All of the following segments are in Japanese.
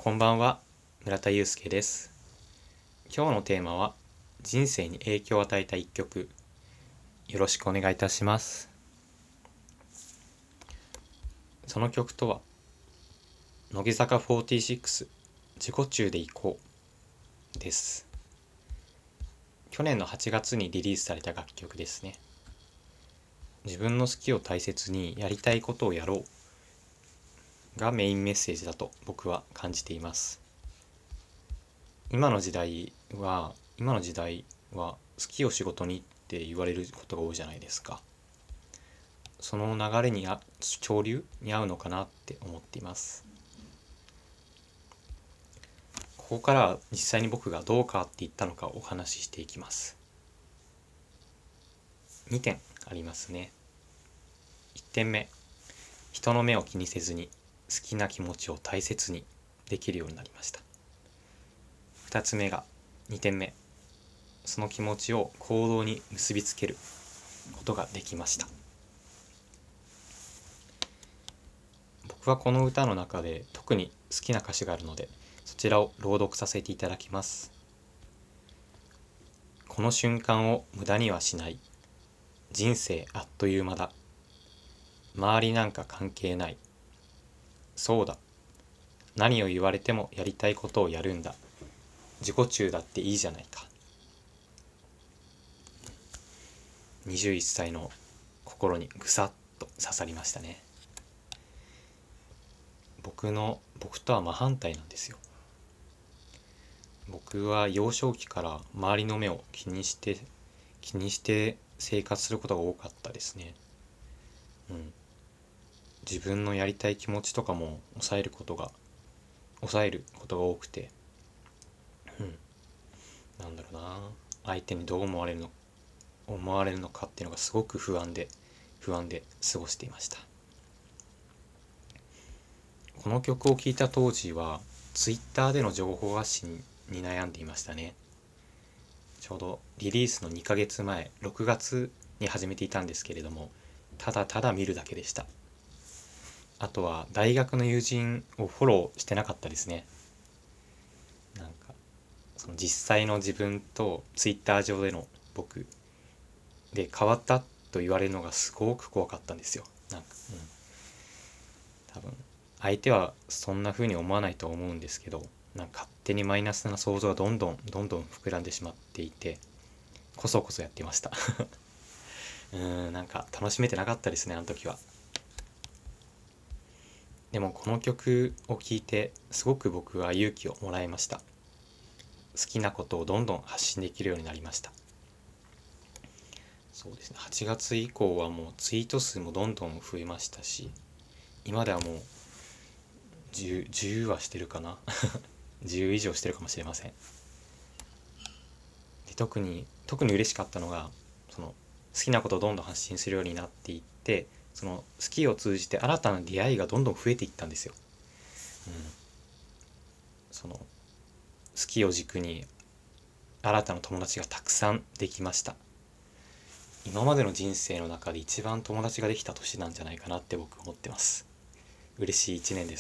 こんばんは、村田祐介です。今日のテーマは人生に影響を与えた一曲。よろしくお願いいたします。その曲とは乃木坂46自己中で行こうです。去年の8月にリリースされた楽曲ですね。自分の好きを大切にやりたいことをやろうがメインメッセージだと僕は感じています。今の時代は好きを仕事にって言われることが多いじゃないですか。その流れに潮流に合うのかなって思っています。ここからは実際に僕がどう変わっていったのかお話ししていきます。2点ありますね。1点目、人の目を気にせずに好きな気持ちを大切にできるようになりました。2つ目が2点目、その気持ちを行動に結びつけることができました。僕はこの歌の中で特に好きな歌詞があるので、そちらを朗読させていただきます。この瞬間を無駄にはしない。人生あっという間だ。周りなんか関係ない。そうだ。何を言われてもやりたいことをやるんだ。自己中だっていいじゃないか。21歳の心にぐさっと刺さりましたね。僕とは真反対なんですよ。僕は幼少期から周りの目を気にして生活することが多かったですね。自分のやりたい気持ちとかも抑えることが多くて、なんだろうな、相手にどう思われるのかっていうのがすごく不安で過ごしていました。この曲を聴いた当時はツイッターでの情報発信に悩んでいましたね。ちょうどリリースの2ヶ月前、6月に始めていたんですけれども、ただただ見るだけでした。あとは大学の友人をフォローしてなかったですね。なんかその実際の自分とツイッター上での僕で変わったと言われるのがすごく怖かったんですよ。多分相手はそんな風に思わないと思うんですけど、勝手にマイナスな想像がどんどん膨らんでしまっていて、こそこそやっていました。楽しめてなかったですね、あの時は。でもこの曲を聴いてすごく僕は勇気をもらいました。好きなことをどんどん発信できるようになりました。そうですね、8月以降はもうツイート数もどんどん増えましたし、今ではもう10はしてるかな。10以上してるかもしれません。で特に嬉しかったのが、その好きなことをどんどん発信するようになっていって、その好きを通じて新たな出会いがどんどん増えていったんですよ。その好きを軸に新たな友達がたくさんできました。今までの人生の中で一番友達ができた年なんじゃないかなって僕思ってます。嬉しい一年です。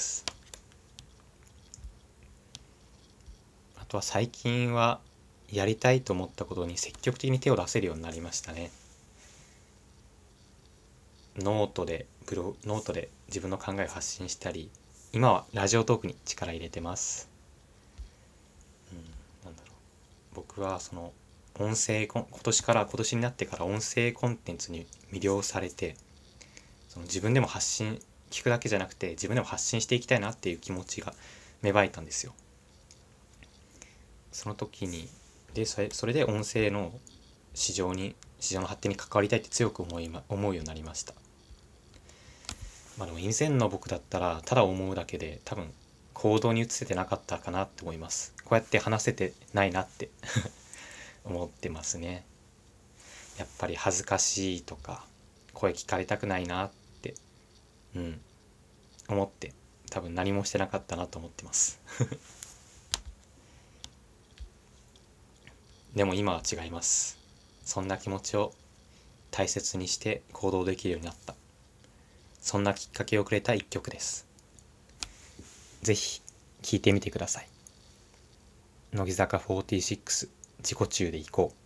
あとは最近はやりたいと思ったことに積極的に手を出せるようになりましたね。ノートで自分の考えを発信したり、今はラジオトークに力入れてます。僕はその今年になってから音声コンテンツに魅了されて、その自分でも聞くだけじゃなくて自分でも発信していきたいなっていう気持ちが芽生えたんですよ。その時にそれで音声の市場の発展に関わりたいって強く思うようになりました。でも以前の僕だったらただ思うだけで多分行動に移せてなかったかなって思います。こうやって話せてないなって思ってますね。やっぱり恥ずかしいとか声聞かれたくないなって思って多分何もしてなかったなと思ってます。でも今は違います。そんな気持ちを大切にして行動できるようになった、そんなきっかけをくれた一曲です。ぜひ聴いてみてください。乃木坂46自己中で行こう。